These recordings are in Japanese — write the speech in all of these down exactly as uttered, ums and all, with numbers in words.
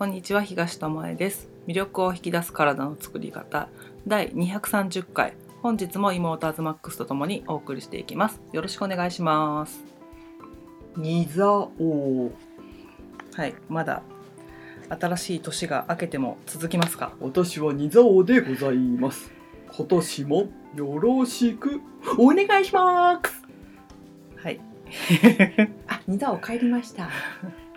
こんにちは、東智恵です。魅力を引き出す体の作り方だいにひゃくさんじゅっかい、本日も妹アズマックスとともにお送りしていきます。よろしくお願いします。 にざおはい、まだ新しい年が明けても続きますか？ 私はにざおでございます。今年もよろしくお願いします。 はいあ、にざお帰りましたはい、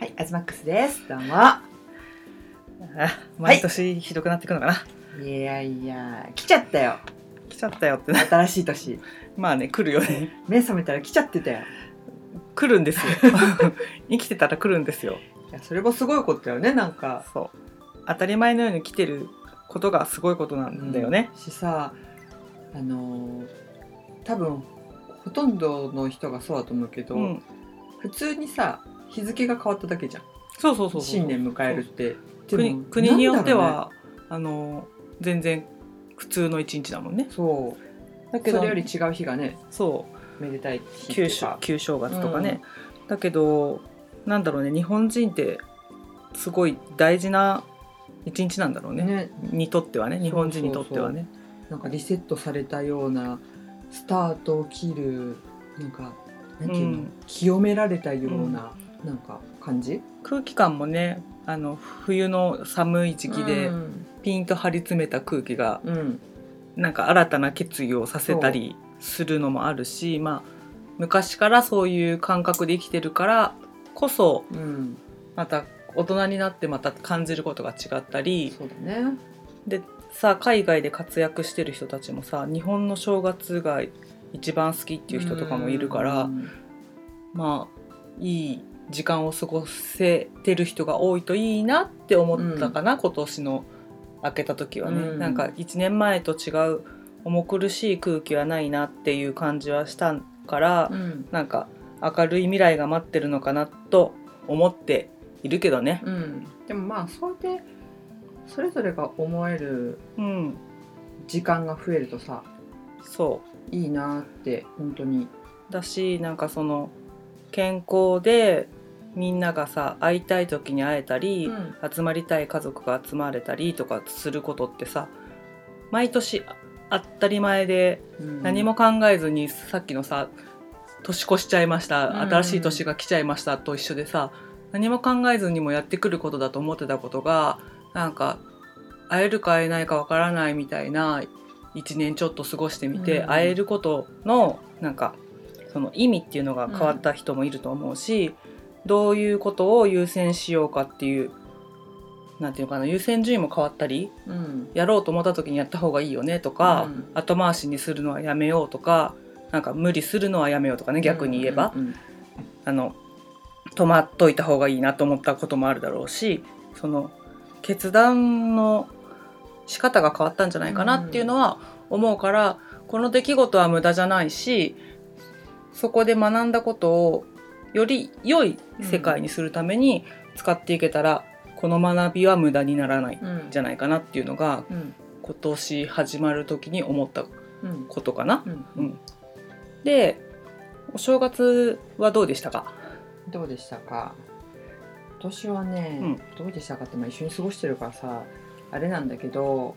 アズマックスです。どうも。 あ、毎年ひどくなっていくのかな、はい、いやいや来ちゃったよ。 来ちゃったよってな新しい年まあね、来るよね。 目覚めたら来ちゃってたよ。 来るんですよ生きてたら来るんですよ。 いや、それもすごいことだよね。なんかそう当たり前のように来てることがすごいことなんだよね、 うん、しさ、あのー、多分ほとんどの人がそうだと思うけど、うん、普通にさ日付が変わっただけじゃん。 そうそうそうそう、 新年迎えるって。 国, 国によっては、ね、あの全然普通の一日だもんね。 そうだけどそれより違う日がね、 そうめでたい日旧旧正月とかね、うん、だけどなんだろうね、日本人ってすごい大事な一日なんだろう ね, ねにとってはね、日本人にとってはね。 そうそうそう、なんかリセットされたようなスタートを切る、なんかなんていうの、うん、清められたような、うん、なんか感じ、 空気感もね、あの冬の寒い時期でピンと張り詰めた空気が、うん、なんか新たな決意をさせたりするのもあるし、まあ、昔からそういう感覚で生きてるからこそ、うん、また大人になってまた感じることが違ったり。 そうだね。 でさ、海外で活躍してる人たちもさ、日本の正月が一番好きっていう人とかもいるから、まあいい時間を過ごせてる人が多いといいなって思ったかな、うん、今年の明けた時はね、うん、なんかいちねんまえと違う重苦しい空気はないなっていう感じはしたから、うん、なんか明るい未来が待ってるのかなと思っているけどね、 うん、でもまあそうやってそれぞれが思える時間が増えるとさ、 うん、そういいなって本当にだし、なんかその健康でみんながさ会いたい時に会えたり、うん、集まりたい家族が集まれたりとかすることってさ、毎年当たり前で、うん、何も考えずにさっきのさ年越しちゃいました、新しい年が来ちゃいましたと一緒でさ、何も考えずにもやってくることだと思ってたことが、なんか会えるか会えないかわからないみたいないちねんちょっと過ごしてみて、うん、会えることのなんかその意味っていうのが変わった人もいると思うし、うん、どういうことを優先しようかっていう、なんていうかな、優先順位も変わったり、うん、やろうと思った時にやった方がいいよねとか、うん、後回しにするのはやめようとか、なんか無理するのはやめようとかね、逆に言えば、うんうんうん、あの止まっといた方がいいなと思ったこともあるだろうし、その決断の仕方が変わったんじゃないかなっていうのは思うから、この出来事は無駄じゃないし、そこで学んだことをより良い世界にするために使っていけたら、うん、この学びは無駄にならないんじゃないかなっていうのが、うん、今年始まる時に思ったことかな、うんうんうん、で、お正月はどうでしたか？ どうでしたか？今年はね、うん、どうでしたかって、まあ、一緒に過ごしてるからさあれなんだけど、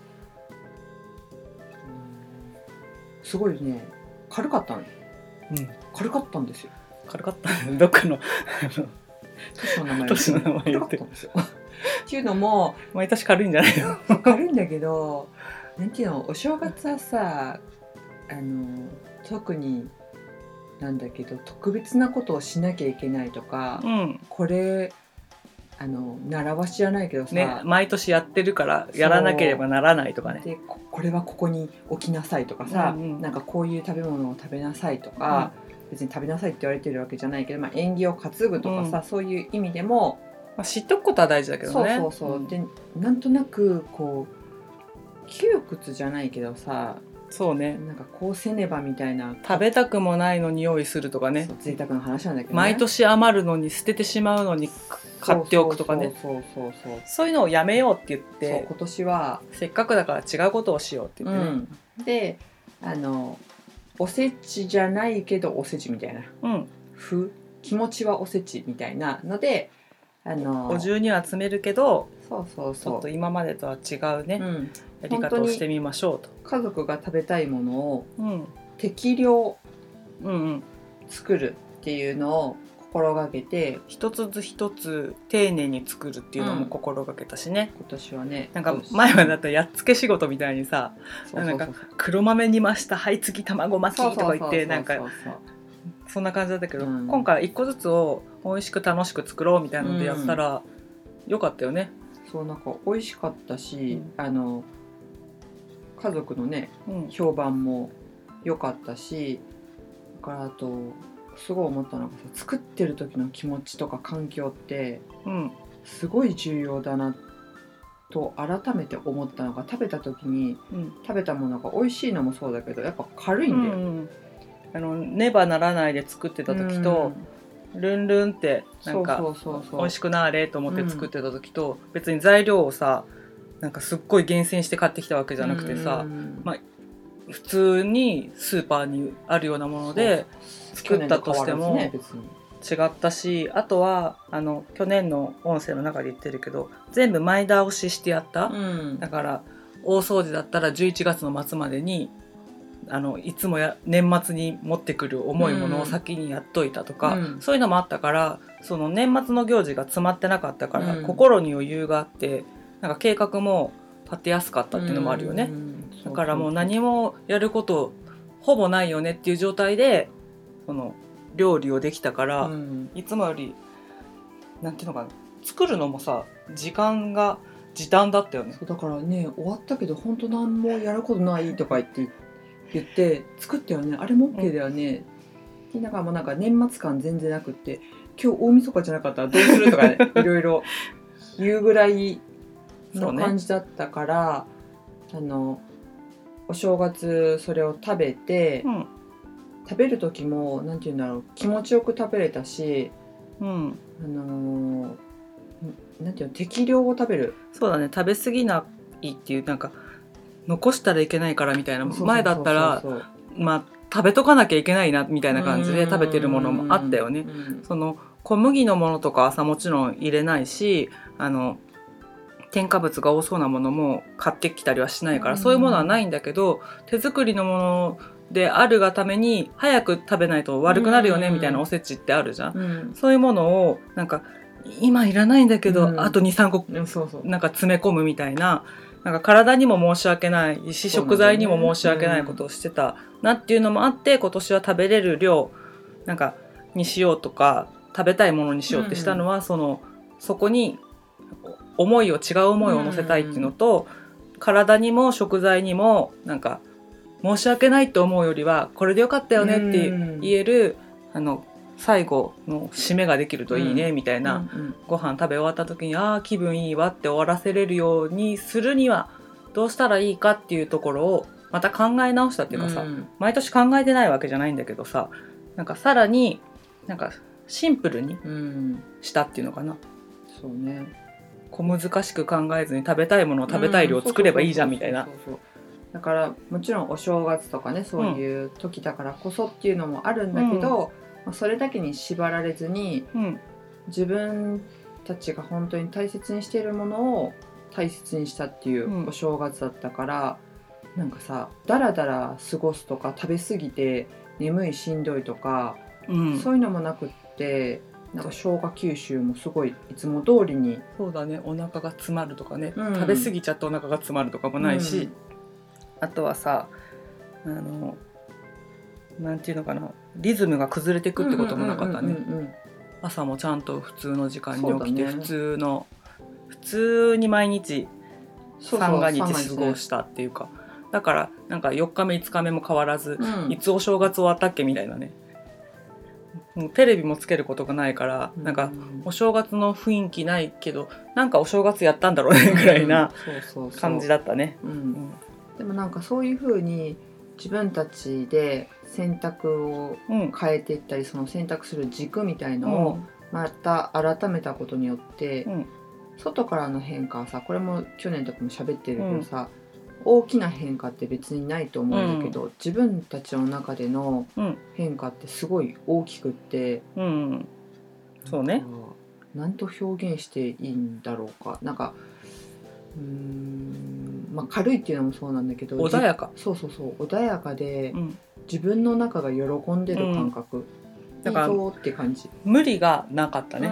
うん、すごいね軽かったの、うん、軽かったんですよ。 軽かったどっかの都市の名前都市の名前言ってるんですよっていうのも毎年軽いんじゃないの軽いんだけど、なんていうの、お正月はさ、あの特になんだけど特別なことをしなきゃいけないとか、うん、これあの習わしじゃないけどさ、 ね、毎年やってるからやらなければならないとかね。 で こ, これはここに置きなさいとかさ、うんうん、なんかこういう食べ物を食べなさいとか、うん、別に食べなさいって言われてるわけじゃないけど、まあ、縁起を担ぐとかさ、うん、そういう意味でも、 まあ、知っとくことは大事だけどね。 そうそうそう、うん、でなんとなくこう窮屈じゃないけどさ、 そうね、 なんかこうせねばみたいな、 食べたくもないのに用意するとかね、 贅沢な話なんだけどね、 毎年余るのに捨ててしまうのに買っておくとかね、 そうそうそうそう、 そういうのをやめようって言って、 そう今年はせっかくだから違うことをしようって言ってね、 うん、であのおせちじゃないけどおせちみたいな、うん、ふ気持ちはおせちみたいなので、ああのお重には集めるけどそうそうそうちょっと今までとは違うね、 うん、 やり方をしてみましょうと。 家族が食べたいものをうん適量うんうん作るっていうのを心がけて、 一つずつ一つ丁寧に作るっていうのも心がけたしね、 今年はねなんか前はだったらやっつけ仕事みたいにさ、 そうそうそうなんか黒豆煮ましたはい次卵巻きとか言ってなんかそうそうそうそんな感じだったけど、 うん、 今回一個ずつを美味しく楽しく作ろうみたいなのでやったら、うん、よかったよね。 そうなんか美味しかったし、 うん、 あの家族のね、うん、評判も良かったし、だからあとすごい思ったのがさ、作ってる時の気持ちとか環境ってすごい重要だなと改めて思ったのが、食べた時に、うん、食べたものが美味しいのもそうだけどやっぱ軽いんだよ、うんうん、 あのねばならないで作ってた時と、うん、ルンルンってなんか美味しくなあれと思って作ってた時と、うん、別に材料をさなんかすっごい厳選して買ってきたわけじゃなくてさ、うん、まあ、普通にスーパーにあるようなもので作ったとしても違ったし、あとはあの去年の音声の中で言ってるけど全部前倒ししてやった、うん、だから大掃除だったらじゅういちがつの末までにあのいつもや年末に持ってくる重いものを先にやっといたとか、うん、そういうのもあったから、その年末の行事が詰まってなかったから、うん、心に余裕があってなんか計画も立てやすかったっていうのもあるよね、うん、だからもう何もやることほぼないよねっていう状態でその料理をできたから、うん、いつもよりなんていうのかな、作るのもさ時間が時短だったよね。 そうだからね、終わったけど本当何もやることないとか言って言って作ったよね、あれも OK だよね、うん、だからもうなんか年末感全然なくって、今日大晦日じゃなかったらどうするとかねいろいろ言うぐらいの感じだったから、ね、あのお正月それを食べて、うん、食べる時もなんていうんだろう、気持ちよく食べれたし、うん、あのー、なんていうの、適量を食べる。 そうだね、食べ過ぎないっていう、なんか残したらいけないからみたいな、前だったらまあ食べとかなきゃいけないなみたいな感じで食べてるものもあったよね。その小麦のものとかはさもちろん入れないし、あの添加物が多そうなものも買ってきたりはしないから、そういうものはないんだけど、手作りのものであるがために早く食べないと悪くなるよねみたいなおせちってあるじゃん、うん、そういうものをなんか今いらないんだけど、うん、あと にさんこなんか詰め込むみたいな、なんか体にも申し訳ないし、食材にも申し訳ないことをしてたなっていうのもあって、今年は食べれる量なんかにしようとか食べたいものにしようってしたのは、うん、そのそこに思いを違う思いを乗せたいっていうのと、うん、体にも食材にもなんか申し訳ないと思うよりはこれでよかったよねって言える、うん、あの最後の締めができるといいね、うん、みたいな、うんうん、ご飯食べ終わった時にあー気分いいわって終わらせれるようにするにはどうしたらいいかっていうところをまた考え直したっていうかさ、うん、毎年考えてないわけじゃないんだけどさ、なんかさらになんかシンプルにしたっていうのかな、うん、 そうね、 小難しく考えずに食べたいものを食べたい量作ればいいじゃんみたいな。 だからもちろんお正月とかね、そういう時だからこそっていうのもあるんだけど、うん、それだけに縛られずに、うん、自分たちが本当に大切にしているものを大切にしたっていうお正月だったから、うん、なんかさだらだら過ごすとか食べ過ぎて眠いしんどいとか、うん、そういうのもなくって、なんか消化吸収もすごいいつも通りに。 そうだね、お腹が詰まるとかね、うん、食べ過ぎちゃってお腹が詰まるとかもないし、うん、あとはさあのなんていうのかな、リズムが崩れていくってこともなかったね。朝もちゃんと普通の時間に起きて、ね、普通の普通に毎日三が日過ごしたっていうか、そうそうだからなんかよっかめいつかめも変わらず、うん、いつお正月終わったっけみたいなね、もうテレビもつけることがないから、うん、なんかお正月の雰囲気ないけどなんかお正月やったんだろうねぐらいな感じだったね。 でもなんかそういう風に自分たちで選択を変えていったり、うん、その選択する軸みたいのをまた改めたことによって、うん、外からの変化はさ、これも去年とかも喋ってるけどさ、うん、大きな変化って別にないと思うんだけど、うん、自分たちの中での変化ってすごい大きくって、 うんうん、そうね、 何と表現していいんだろうか。なんかうーん、まあ、軽いっていうのもそうなんだけど、 穏やか。 そうそうそう、穏やかで、うん、自分の中が喜んでる感覚、うん、だからいいぞって感じ。 無理がなかったね。 うん、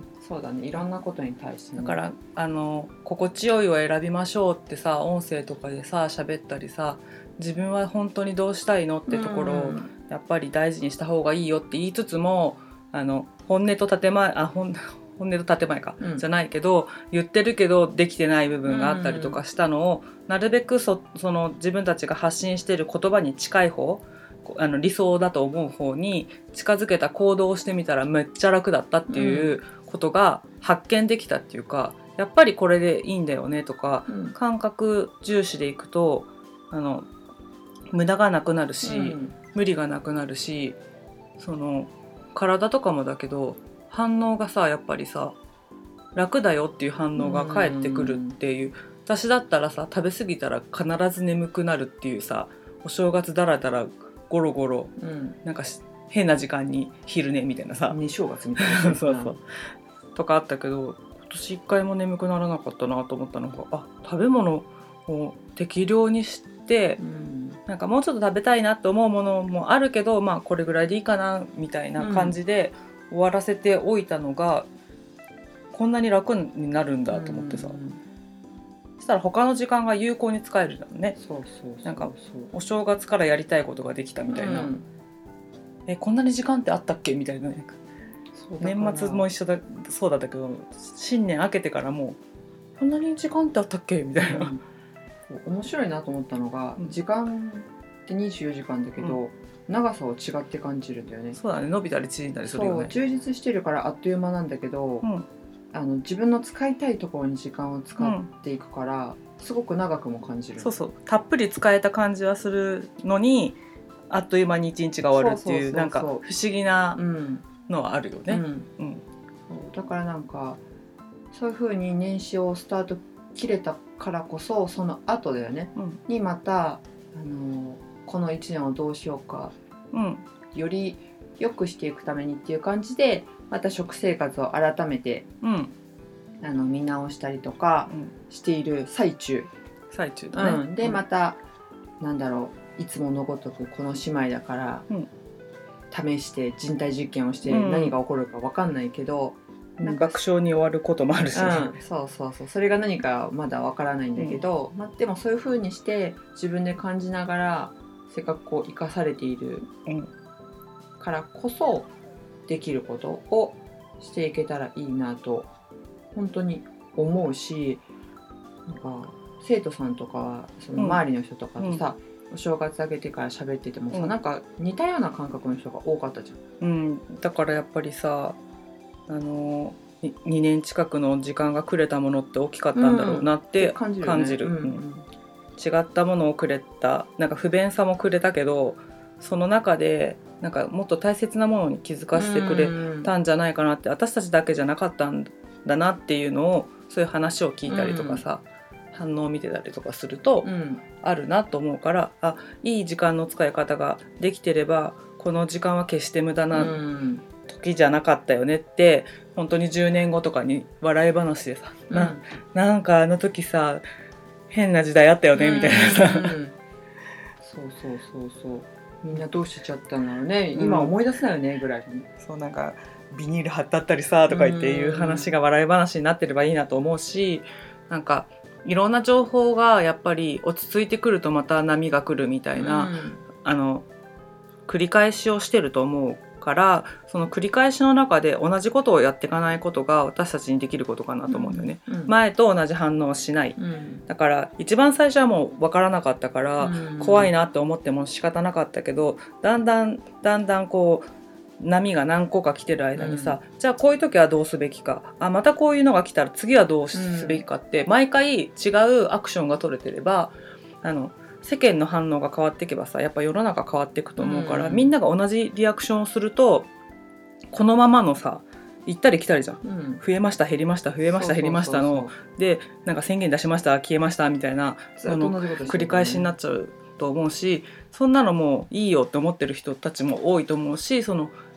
そうだね。いろんなことに対して、ね、 だからあの心地よいを選びましょうってさ、音声とかでさ喋ったりさ、自分は本当にどうしたいのってところをやっぱり大事にした方がいいよって言いつつも、あの本音と建前あ本本音と建前か、うん、じゃないけど言ってるけどできてない部分があったりとかしたのを、なるべく そ, その自分たちが発信している言葉に近い方、あの理想だと思う方に近づけた行動をしてみたらめっちゃ楽だったっていうことが発見できたっていうか、やっぱりこれでいいんだよねとか、うん、感覚重視でいくとあの無駄がなくなるし、うん、無理がなくなるし、その体とかもだけど反応がさやっぱりさ楽だよっていう反応が返ってくるっていう、うん、私だったらさ食べ過ぎたら必ず眠くなるっていうさ、お正月だらだらゴロゴロ、うん、なんか変な時間に昼寝みたいなさ、 寝正月みたいなそうそうとかあったけど、今年一回も眠くならなかったなと思ったのが、あ、食べ物を適量にして、うん、なんかもうちょっと食べたいなと思うものもあるけど、まあこれぐらいでいいかなみたいな感じで終わらせておいたのが、うん、こんなに楽になるんだと思ってさ、うん、そしたら他の時間が有効に使えるんだよね。 そうそうそうそう、 なんかお正月からやりたいことができたみたいな、うん、えこんなに時間ってあったっけみたいな、ね、年末も一緒だそうだったけど、新年明けてからもうこんなに時間ってあったっけみたいな、うん、 面白いなと思ったのが、うん、時間ってにじゅうよじかんだけど、うん、長さを違って感じるんだよね。 そうだね、伸びたり縮んだりするよね。 そう、充実してるからあっという間なんだけど、うん、あの自分の使いたいところに時間を使っていくから、うん、すごく長くも感じる。 そうそう、たっぷり使えた感じはするのにあっという間に一日が終わるっていう、なんか不思議なのはあるよね、うんうんうん、 だからなんかそういう風に年始をスタート切れたからこそ、その後だよね、うん、にまたあのこのいちねんをどうしようか、うん、より良くしていくためにっていう感じでまた食生活を改めて、うん、あの見直したりとかしている最中、 最中だね、 うん、でまた、うん、なんだろう、いつものごとくこの姉妹だから、うん、試して人体実験をして何が起こるか分かんないけど、 うん、なんか爆笑に終わることもあるし、 うん、そうそうそう、それが何かまだ分からないんだけど、うん、まあ、でもそういう風にして自分で感じながらせっかくこう生かされているからこそできることをしていけたらいいなと本当に思うし、なんか生徒さんとかはその周りの人とかとさ、うん、お正月あげてから喋っててもさ、うん、なんか似たような感覚の人が多かったじゃん、 うん、だからやっぱりさ、あのにねん近くの時間がくれたものって大きかったんだろうなって感じる、うん、感じる、うんうん、違ったものをくれた、なんか不便さもくれたけど、その中でなんかもっと大切なものに気づかせてくれたんじゃないかなって、私たちだけじゃなかったんだなっていうのを、そういう話を聞いたりとかさ、うん、反応を見てたりとかすると、うん、あるなと思うから、あ、いい時間の使い方ができてればこの時間は決して無駄な時じゃなかったよねって、本当にじゅうねんごとかに笑い話でさ、うん、な, なんかあの時さ変な時代あったよねみたいなさ、うんうん、 そうそうそうそう、みんなどうしちゃったんだろうね、今思い出せないよねぐらいに、 そう、なんかビニール貼ってあったりさとか言っていう話が笑い話になってればいいなと思うし、なんかいろんな情報がやっぱり落ち着いてくるとまた波が来るみたいな、うん、あの繰り返しをしてると思うから、その繰り返しの中で同じことをやっていかないことが私たちにできることかなと思うんだよね、うんうん、前と同じ反応をしない、うん、だから一番最初はもう分からなかったから、うん、怖いなって思っても仕方なかったけど、だんだんだんだんこう波が何個か来てる間にさ、うん、じゃあこういう時はどうすべきか、あ、またこういうのが来たら次はどうすべきかって、うん、毎回違うアクションが取れてれば、あの世間の反応が変わっていけばさ、やっぱ世の中変わっていくと思うから、うん、みんなが同じリアクションをするとこのままのさ、行ったり来たりじゃん、うん、増えました減りました増えました減りましたので、なんか宣言出しました消えましたみたいな、その繰り返しになっちゃうと思うし、そんなのもいいよって思ってる人たちも多いと思うし、その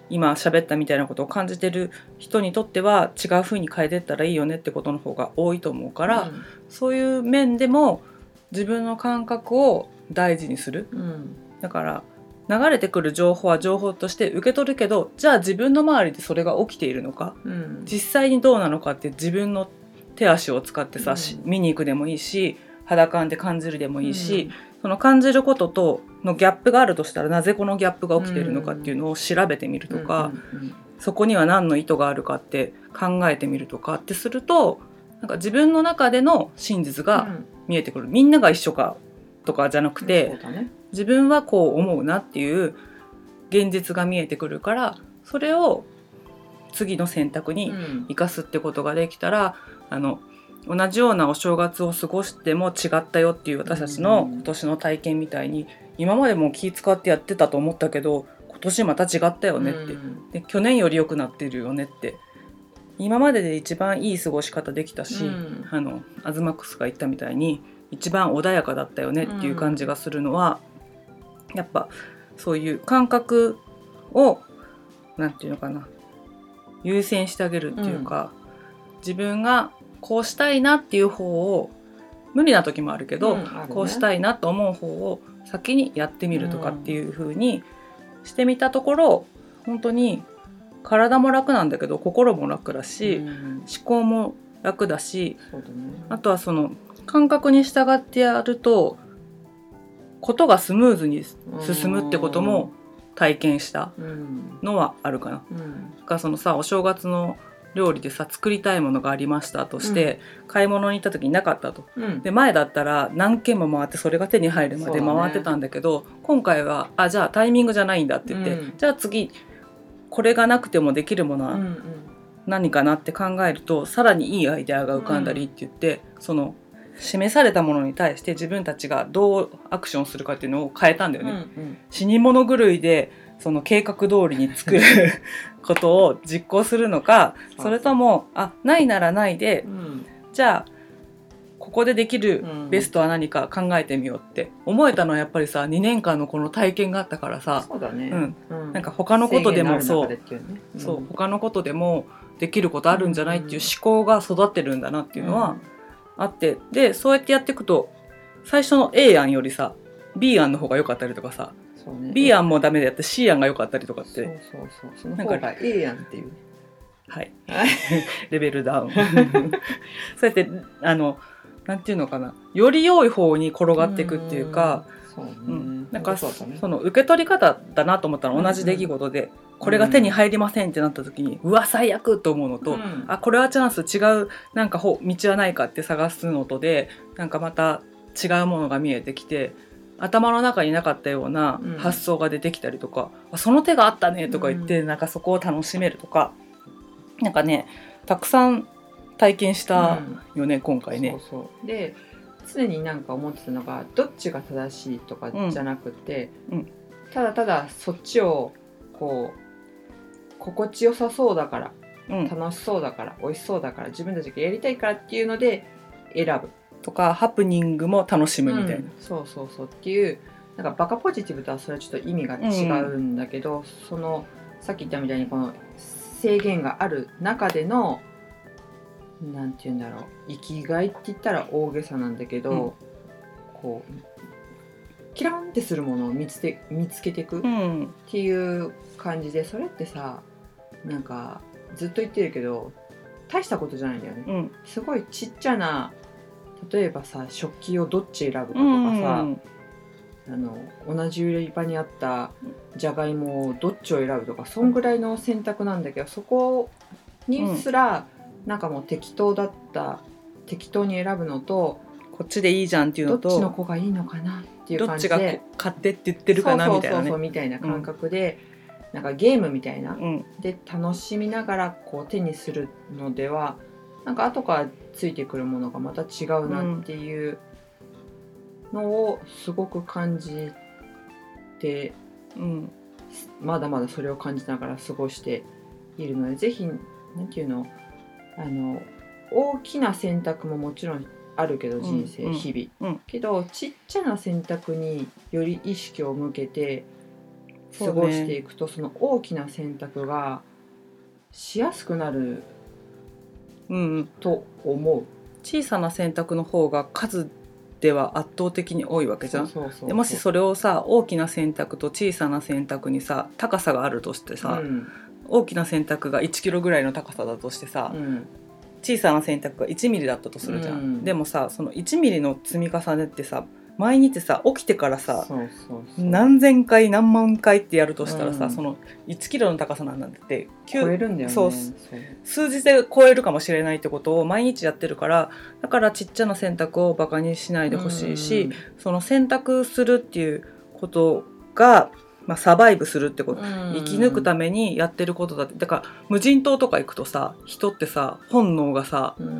今喋ったみたいなことを感じてる人にとっては違う風に変えてったらいいよねってことの方が多いと思うから、うん、そういう面でも自分の感覚を大事にする、うん、だから流れてくる情報は情報として受け取るけど、じゃあ自分の周りでそれが起きているのか、うん、実際にどうなのかって自分の手足を使ってさ、うん、見に行くでもいいし肌感で感じるでもいいし、うん、その感じることとのギャップがあるとしたらなぜこのギャップが起きているのかっていうのを調べてみるとか、うんうんうん、そこには何の意図があるかって考えてみるとかってすると、なんか自分の中での真実が見えてくる、うん、みんなが一緒かとかじゃなくて、そうだね、自分はこう思うなっていう現実が見えてくるから、それを次の選択に生かすってことができたら、うん、あの同じようなお正月を過ごしても違ったよっていう私たちの今年の体験みたいに、今までも気使ってやってたと思ったけど今年また違ったよねって、うん、で去年より良くなってるよねって、今までで一番いい過ごし方できたし、うん、あのアズマックスが言ったみたいに一番穏やかだったよねっていう感じがするのは、うん、やっぱそういう感覚をなんていうのかな、優先してあげるっていうか、うん、自分がこうしたいなっていう方を無理な時もあるけど、うんあるね、こうしたいなと思う方を先にやってみるとかっていう風にしてみたところ、本当に体も楽なんだけど心も楽だし、うん、思考も楽だし、そうだね、あとはその感覚に従ってやるとことがスムーズに進むってことも体験したのはあるかな、うんうん、だからそのさ、お正月の料理でさ作りたいものがありましたとして、うん、買い物に行った時になかったと、うん、で前だったら何軒も回ってそれが手に入るまで回ってたんだけど、ね、今回はあじゃあタイミングじゃないんだって言って、うん、じゃあ次これがなくてもできるものは何かなって考えると、さらにいいアイデアが浮かんだりって言って、うん、その示されたものに対して自分たちがどうアクションするかっていうのを変えたんだよね、うんうん、死に物狂いでその計画通りに作ることを実行するのか、それともあないならないで、うん、じゃあここでできるベストは何か考えてみようって思えたのはやっぱりさにねんかんのこの体験があったからさ、 そうだね、 うんうん、なんか他のことでもそう、ねうん、そう他のことでもできることあるんじゃないっていう思考が育ってるんだなっていうのはあって、でそうやってやっていくと最初の A 案よりさ B 案の方が良かったりとかさ、そうね、B 案もダメでやって C 案が良かったりとかって、そうそうそう、その方が A 案っていう、ね、 はいレベルダウンそうやってあのなんていうのかな、より良い方に転がっていくっていうか、そうね、うん、なんか そ,、ね、その受け取り方だなと思ったら同じ出来事で、うんうん、これが手に入りませんってなった時に、うん、うわ最悪と思うのと、うん、あこれはチャンス、違うなんか道はないかって探すのとで、なんかまた違うものが見えてきて、頭の中になかったような発想が出てきたりとか、うん、その手があったねとか言って、うん、なんかそこを楽しめるとか、なんかねたくさん体験したよね、うん、今回ね。 そうそうで常になんか思ってたのが、どっちが正しいとかじゃなくて、うんうん、ただただそっちをこう心地よさそうだから、うん、楽しそうだから美味しそうだから自分たちがやりたいからっていうので選ぶとか、ハプニングも楽しむみたいな、うん、 そうそうそうっていう、なんかバカポジティブとはそれはちょっと意味が違うんだけど、うん、そのさっき言ったみたいにこの制限がある中でのなんて言うんだろう、生きがいって言ったら大げさなんだけど、うん、こうキランってするものを見つけ、見つけていくっていう感じで、それってさなんかずっと言ってるけど大したことじゃないんだよね、うん、すごいちっちゃな、例えばさ食器をどっち選ぶかとかさ、うん、あの同じ売り場にあったじゃがいもをどっちを選ぶとか、そんぐらいの選択なんだけど、そこにすら、うんなんかもう適当だった適当に選ぶのと、 こっちでいいじゃんっていうのと、 どっちの子がいいのかなっていう感じで、 どっちが買ってって言ってるかなみたいなね、 そうそうそうみたいな感覚で、うん、なんかゲームみたいな、うん、で楽しみながらこう手にするのでは、なんか後からついてくるものがまた違うなっていうのをすごく感じて、うん、まだまだそれを感じながら過ごしているので、ぜひなんていうのあの大きな選択ももちろんあるけど人生、うん、日々、うん、けどちっちゃな選択により意識を向けて過ごしていくと そ,、ね、その大きな選択がしやすくなると思う、うん、 小さな選択の方が数では圧倒的に多いわけじゃん。でもしそれをさ大きな選択と小さな選択にさ高さがあるとしてさ、うん、大きな選択がいちキロぐらいの高さだとしてさ、うん、小さな選択がいちミリだったとするじゃん、うん、でもさそのいちミリの積み重ねってさ毎日さ起きてからさそうそうそう何千回何万回ってやるとしたらさ、うん、そのいちキロの高さなんだって超えるんだよね。 そう数字で超えるかもしれないってことを毎日やってるから、だからちっちゃな選択をバカにしないでほしいし、うん、その選択するっていうことがまあ、サバイブするってこと、うん、生き抜くためにやってることだって。だから無人島とか行くとさ人ってさ本能がさ、うん、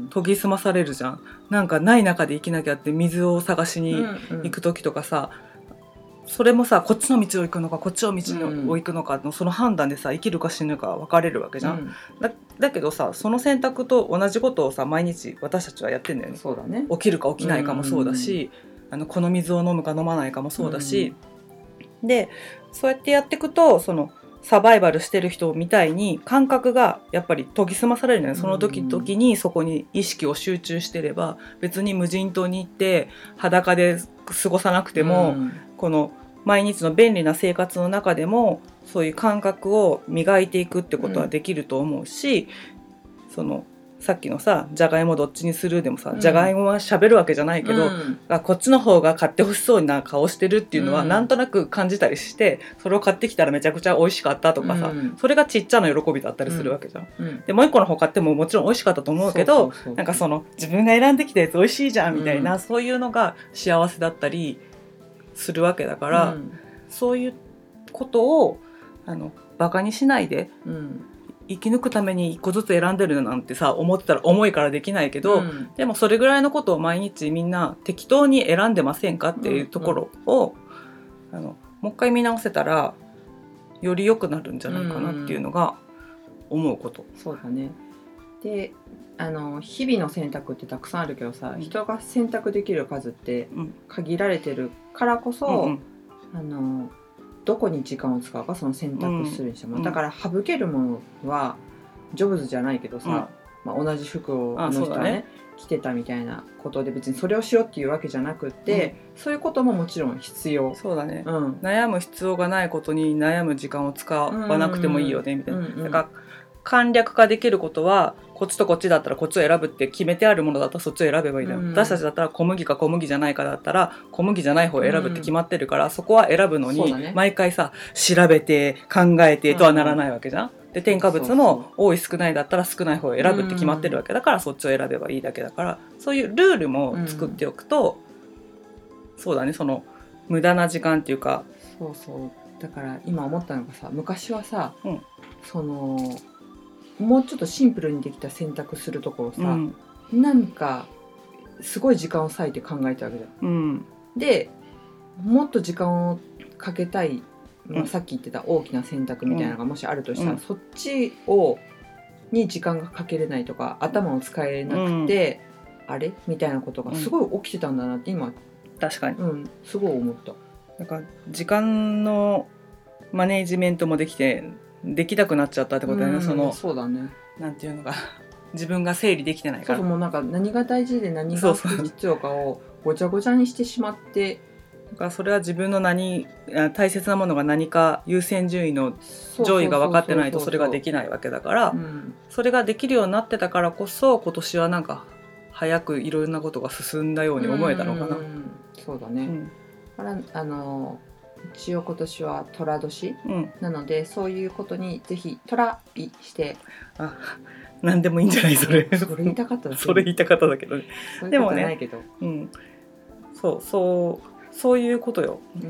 研ぎ澄まされるじゃん。なんかない中で生きなきゃって水を探しに行く時とかさ、うんうん、それもさこっちの道を行くのかこっちの道を行くのかのその判断でさ生きるか死ぬか分かれるわけじゃん、うん、だ, だけどさその選択と同じことをさ毎日私たちはやってんだよね。 そうだね。 起きるか起きないかもそうだし、うん、あのこの水を飲むか飲まないかもそうだし、うん、でそうやってやっていくとそのサバイバルしてる人みたいに感覚がやっぱり研ぎ澄まされるのよ。その時々にそこに意識を集中してれば別に無人島に行って裸で過ごさなくても、うん、この毎日の便利な生活の中でもそういう感覚を磨いていくってことはできると思うし、うん、そのさっきのさじゃがいもどっちにするでもさ、うん、じゃがいもは喋るわけじゃないけど、うん、あこっちの方が買ってほしそうな顔してるっていうのは、うん、なんとなく感じたりしてそれを買ってきたらめちゃくちゃ美味しかったとかさ、うん、それがちっちゃな喜びだったりするわけじゃん、うん、でもう一個の方買ってももちろん美味しかったと思うけど、そうそうそう、なんかその自分が選んできたやつ美味しいじゃんみたいな、うん、そういうのが幸せだったりするわけだから、うん、そういうことをあのバカにしないで、うん、生き抜くために一個ずつ選んでるなんてさ思ってたら重いからできないけど、うん、でもそれぐらいのことを毎日みんな適当に選んでませんかっていうところを、うんうん、あのもう一回見直せたらより良くなるんじゃないかなっていうのが思うこと、 うん、そうだね。であの日々の選択ってたくさんあるけどさ、うん、人が選択できる数って限られてるからこそ、うんうん、あのどこに時間を使うかその選択するにしても、うん、だから省けるものはジョブズじゃないけどさ、うんまあ、同じ服をあの人はね、ね着てたみたいなことで別にそれをしようっていうわけじゃなくって、うん、そういうことももちろん必要。 そうだね、うん、悩む必要がないことに悩む時間を使わなくてもいいよねみたいな、うんうん、だから簡略化できることはこっちとこっちだったらこっちを選ぶって決めてあるものだったらそっちを選べばいいんだよ、うん、私たちだったら小麦か小麦じゃないかだったら小麦じゃない方を選ぶって決まってるから、うん、そこは選ぶのに毎回さ調べて考えてとはならないわけじゃん、うん、で添加物も多い少ないだったら少ない方を選ぶって決まってるわけだからそっちを選べばいいだけだから、そういうルールも作っておくと、うん、そうだねその無駄な時間っていうか、 そうそうだから今思ったのがさ昔はさ、うん、そのもうちょっとシンプルにできた選択するところさ、うん、なんかすごい時間を割いて考えたわけだよ、うん、でもっと時間をかけたい、まあ、さっき言ってた大きな選択みたいなのがもしあるとしたら、うん、そっちをに時間がかけれないとか頭を使えなくて、うん、あれみたいなことがすごい起きてたんだなって今確かに、 うん、すごい思った。 なんか時間のマネージメントもできてできなくなっちゃったってことだよね、うん、そのそうだねなんていうのが自分が整理できてないから、 そうそうもうなんか何が大事で何が必要かをごちゃごちゃにしてしまってだからそれは自分の何大切なものが何か優先順位の上位が分かってないとそれができないわけだから、それができるようになってたからこそ今年はなんか早くいろんなことが進んだように思えたのかな。うん、 そうだね、うん、からあの一応今年は寅年、うん、なのでそういうことにぜひトライしてあ何でもいいんじゃないそれそれ言いたかっただけそれ言いたかっただけどねそういうことないけど、 うん、そうそうそういうことよ、うん、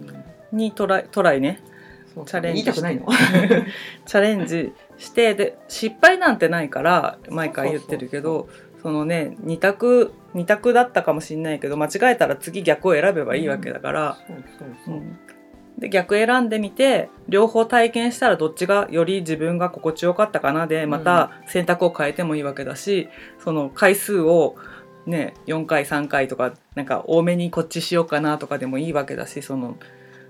にトライトライねそうチャレンジして言いたくないのチャレンジしてで失敗なんてないから毎回言ってるけどそのね二択二択だったかもしれないけど間違えたら次逆を選べばいいわけだから、うん、そうそうそう、うん、で逆選んでみて両方体験したらどっちがより自分が心地よかったかなでまた選択を変えてもいいわけだし、うん、その回数をねよんかいさんかいとかなんか多めにこっちしようかなとかでもいいわけだしその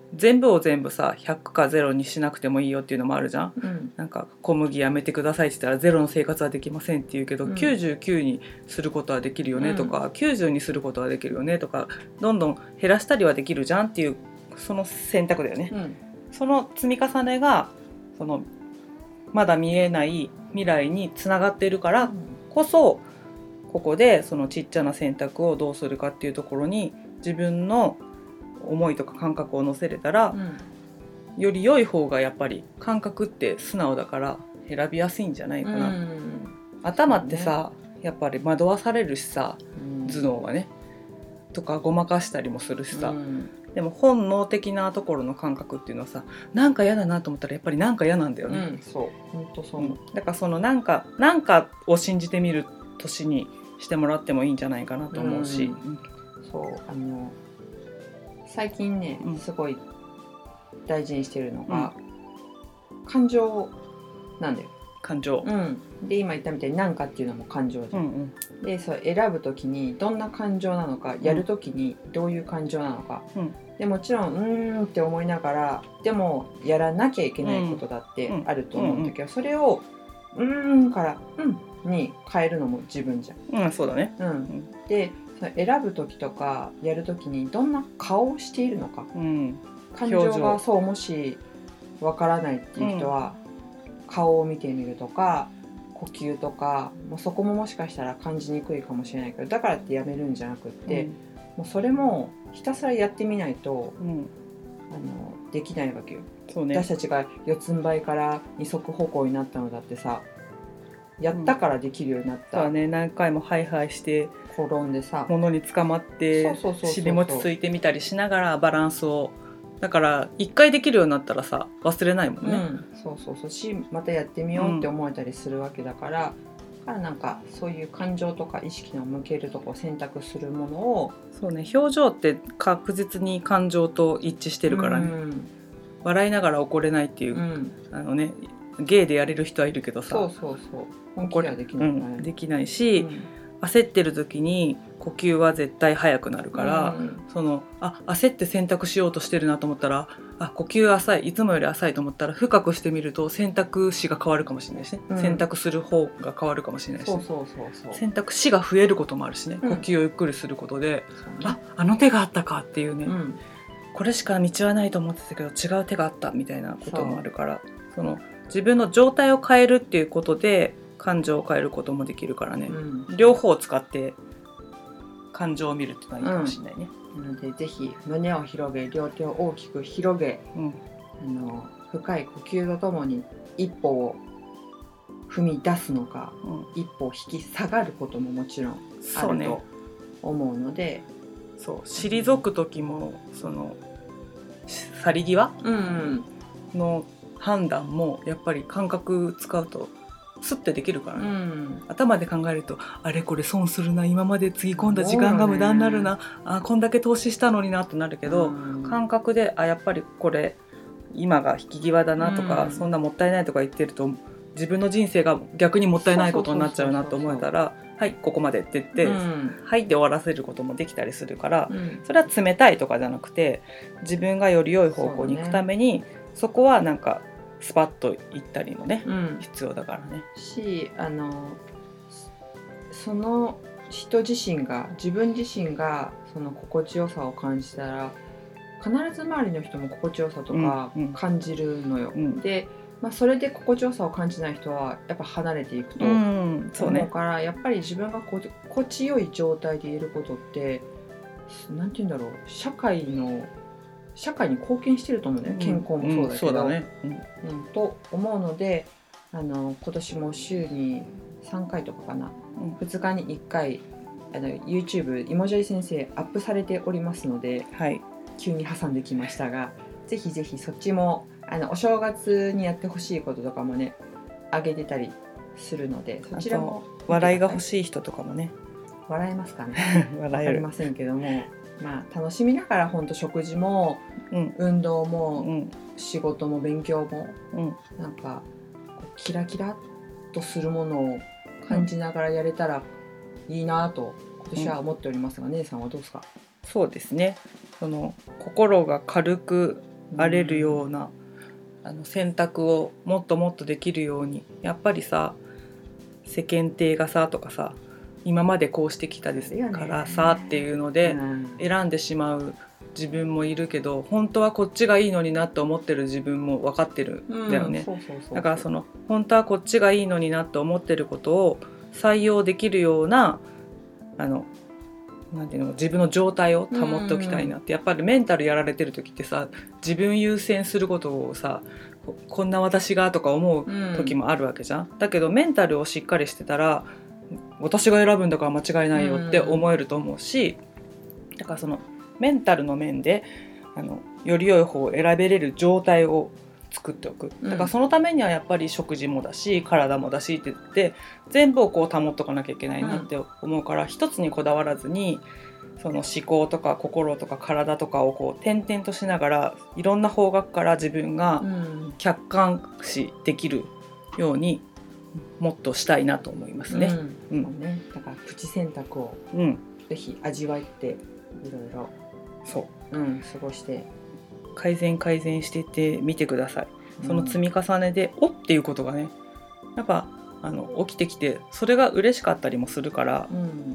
全部を全部さひゃくかゼロにしなくてもいいよっていうのもあるじゃん、うん、なんか小麦やめてくださいって言ったらゼロの生活はできませんって言うけど、うん、きゅうじゅうきゅうにすることはできるよねとか、うん、きゅうじゅうにすることはできるよねとかどんどん減らしたりはできるじゃんっていうその選択だよね、うん、その積み重ねがそのまだ見えない未来につながっているからこそ、ここでそのちっちゃな選択をどうするかっていうところに自分の思いとか感覚を乗せれたら、うん、より良い方がやっぱり感覚って素直だから選びやすいんじゃないかな、うん、頭ってさ、ね、やっぱり惑わされるしさ、うん、頭脳がねとかごまかしたりもするしさ、うん、でも本能的なところの感覚っていうのはさなんか嫌だなと思ったらやっぱりなんか嫌なんだよね、うん、そう本当そう、うん、だからそのなんかなんかを信じてみる年にしてもらってもいいんじゃないかなと思うし、うん、 そうあの最近ね、うん、すごい大事にしてるのが、うん、感情なんだよ。 感情、 うん、で今言ったみたいに何かっていうのも感情じゃん、うんうん、でそれ選ぶときにどんな感情なのか、やるときにどういう感情なのか、うん、でもちろんうーんって思いながらでもやらなきゃいけないことだってあると思うんだけど、うんうん、それをうーんからうんに変えるのも自分じゃん、 うん、そうだね、 うん、で選ぶ時とかやる時にどんな顔をしているのか、うん、感情がそうもしわからないっていう人は、うん、顔を見てみるとか呼吸とかもうそこももしかしたら感じにくいかもしれないけどだからってやめるんじゃなくって、うん、もうそれもひたすらやってみないと、うん、あのできないわけよ。そうね、私たちが四つん這いから二足歩行になったのだってさやったからできるようになった、 うん、そうね、何回もハイハイして転んでさ物に捕まって尻餅ついてみたりしながらバランスをだから一回できるようになったらさ忘れないもんね、うん、 そうそうそうしまたやってみようって思えたりするわけだから、うん、からなんかそういう感情とか意識の向けるとこ選択するものをそうね、表情って確実に感情と一致してるからね、うん、笑いながら怒れないっていう、うん、あのね芸でやれる人はいるけどさそうそうそう本気ではできないから、ね、 うん、できないし、うん焦ってる時に呼吸は絶対速くなるから、うん、そのあ焦って選択しようとしてるなと思ったらあ呼吸浅いいつもより浅いと思ったら深くしてみると選択肢が変わるかもしれないしね、うん、選択する方が変わるかもしれないし、ね、そうそうそうそう選択肢が増えることもあるしね、うん、呼吸をゆっくりすることで、うん、ああの手があったかっていうね、うん、これしか道はないと思ってたけど違う手があったみたいなこともあるからその自分の状態を変えるっていうことで感情を変えることもできるからね、うん、両方を使って感情を見るっていうのはいいかもしれないね、 うん、なのでぜひ胸を広げ両手を大きく広げ、うん、あの深い呼吸とともに一歩を踏み出すのか、うん、一歩引き下がることももちろんあると思うのでそう、ね、そう退く時もその去り際の判断もやっぱり感覚使うとスッてできるからね、うん、頭で考えるとあれこれ損するな今までつぎ込んだ時間が無駄になるな、あこんだけ投資したのになってなるけど、うん、感覚であやっぱりこれ今が引き際だなとか、うん、そんなもったいないとか言ってると自分の人生が逆にもったいないことになっちゃうなと思えたらはいここまでって言って、うん、はいって終わらせることもできたりするから、うん、それは冷たいとかじゃなくて自分がより良い方向に行くために そ,、そこはなんかスパッと行ったりもね、うん、必要だからねしあのその人自身が自分自身がその心地よさを感じたら必ず周りの人も心地よさとか感じるのよ、うんうん、で、まあ、それで心地よさを感じない人はやっぱ離れていくと思うから、やっぱり自分が心地よい状態でいることってなんて言うんだろう社会の社会に貢献してると思うんだよ、うん、健康もそうだけど、うんそうだねうんうん、と思うのであの今年も週にさんかいとかかな、うん、ふつかにいっかいあの YouTube いもじゃい先生アップされておりますので、はい、急に挟んできましたがぜひぜひそっちもあのお正月にやってほしいこととかもねあげてたりするのでそちらも笑いが欲しい人とかもね笑えますかね笑えるわかりませんけどもまあ、楽しみながら本当食事も、うん、運動も、うん、仕事も勉強も、うん、なんかキラキラっとするものを感じながらやれたらいいなと今年は思っておりますが、うん、姉さんはどうですか？ そうですねその心が軽く荒れるような、うん、あの選択をもっともっとできるように、やっぱりさ世間体がさとかさ今までこうしてきたですからさっていうので選んでしまう自分もいるけど、本当はこっちがいいのになって思ってる自分も分かってるんだよね。だからその本当はこっちがいいのになって思ってることを採用できるようなあのなんていうの自分の状態を保っておきたいなって、やっぱりメンタルやられてる時ってさ自分優先することをさこんな私がとか思う時もあるわけじゃん、うん、だけどメンタルをしっかりしてたら私が選ぶんだから間違いないよって思えると思うし、だからそのメンタルの面であのより良い方を選べれる状態を作っておく。だからそのためにはやっぱり食事もだし体もだしって言って全部をこう保っとかなきゃいけないなって思うから、うん、一つにこだわらずにその思考とか心とか体とかをこう転々としながらいろんな方角から自分が客観視できるようにもっとしたいなと思いますね。 うんうんね、だからプチ選択をぜひ味わっていろいろそう、うん、過ごして改善改善していってみてください。その積み重ねで、うん、おっていうことがねやっぱあの起きてきてそれが嬉しかったりもするから、うん、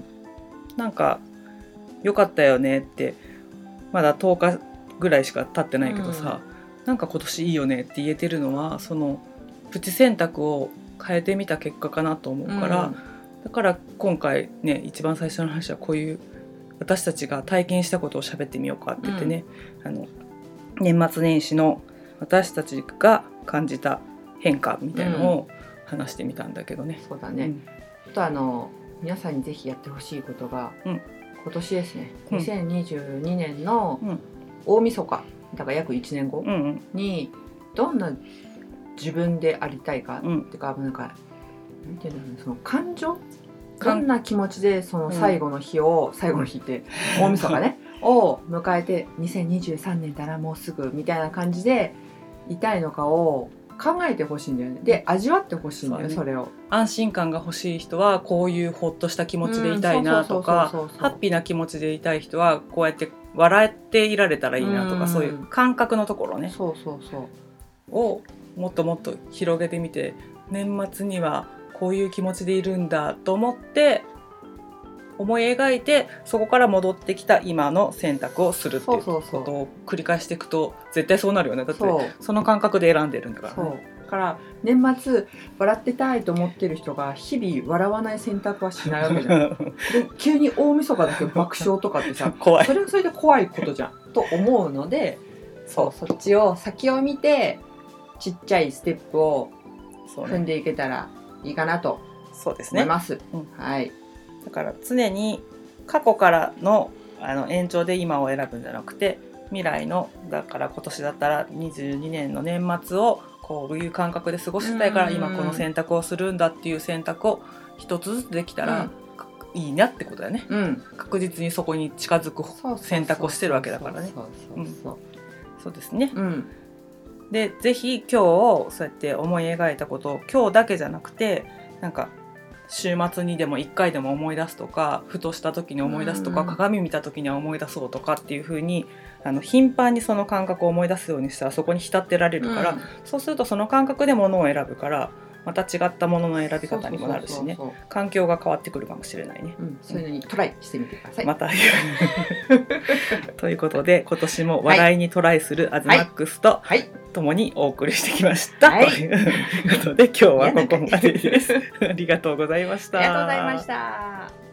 なんか良かったよねってまだとおかぐらいしか経ってないけどさ、うん、なんか今年いいよねって言えてるのはそのプチ選択を変えてみた結果かなと思うから、うん、だから今回ね一番最初の話はこういう私たちが体験したことを喋ってみようかって言ってね、うん、あの年末年始の私たちが感じた変化みたいなのを話してみたんだけどね、 うん、そうだね、うん、あとあの皆さんにぜひやってほしいことが、うん、今年ですね、うん、にせんにじゅうにねんの大晦日だから約いちねんごにどんな自分でありたいか、うん、ってかなんかなんていうんだろうね、その感情どんな気持ちでその最後の日を、うん、最後の日って大晦日ねを迎えてにせんにじゅうさんねんだらもうすぐみたいな感じでいたいのかを考えてほしいんだよね。で味わってほしいんだよね、それを。 安心感が欲しい人はこういうほっとした気持ちでいたいなとか、ハッピーな気持ちでいたい人はこうやって笑っていられたらいいなとか、うん、そういう感覚のところねそうそうそうをもっともっと広げてみて、年末にはこういう気持ちでいるんだと思って思い描いて、そこから戻ってきた今の選択をするっていうことを繰り返していくと絶対そうなるよね。だって そ, その感覚で選んでるんだからね。 そうだから年末笑ってたいと思ってる人が日々笑わない選択はしないわけじゃんで急に大晦日だけ爆笑とかってさ怖い、それはそれで怖いことじゃんと思うので、そうそっちを先を見てちっちゃいステップを踏んでいけたらいいかなと思います。 うん、はい。だから常に過去からの、あの延長で今を選ぶんじゃなくて、未来のだから今年だったらにじゅうにねんの年末をこういう感覚で過ごしたいから今この選択をするんだっていう選択を一つずつできたらいいなってことだよね。うん、確実にそこに近づく選択をしてるわけだからね。そうですね。うん、でぜひ今日そうやって思い描いたことを今日だけじゃなくて、なんか週末にでもいっかいでも思い出すとか、ふとした時に思い出すとか、鏡見た時には思い出そうとかっていう風にあの頻繁にその感覚を思い出すようにしたらそこに浸ってられるから、うん、そうするとその感覚で物を選ぶからまた違ったものの選び方にもなるしね、環境が変わってくるかもしれないね、 うん、そういうのにトライしてみてください。 またということで今年も笑いにトライするアズマックスと共にお送りしてきました、はい、ということで今日はここまでですありがとうございました。 ありがとうございました。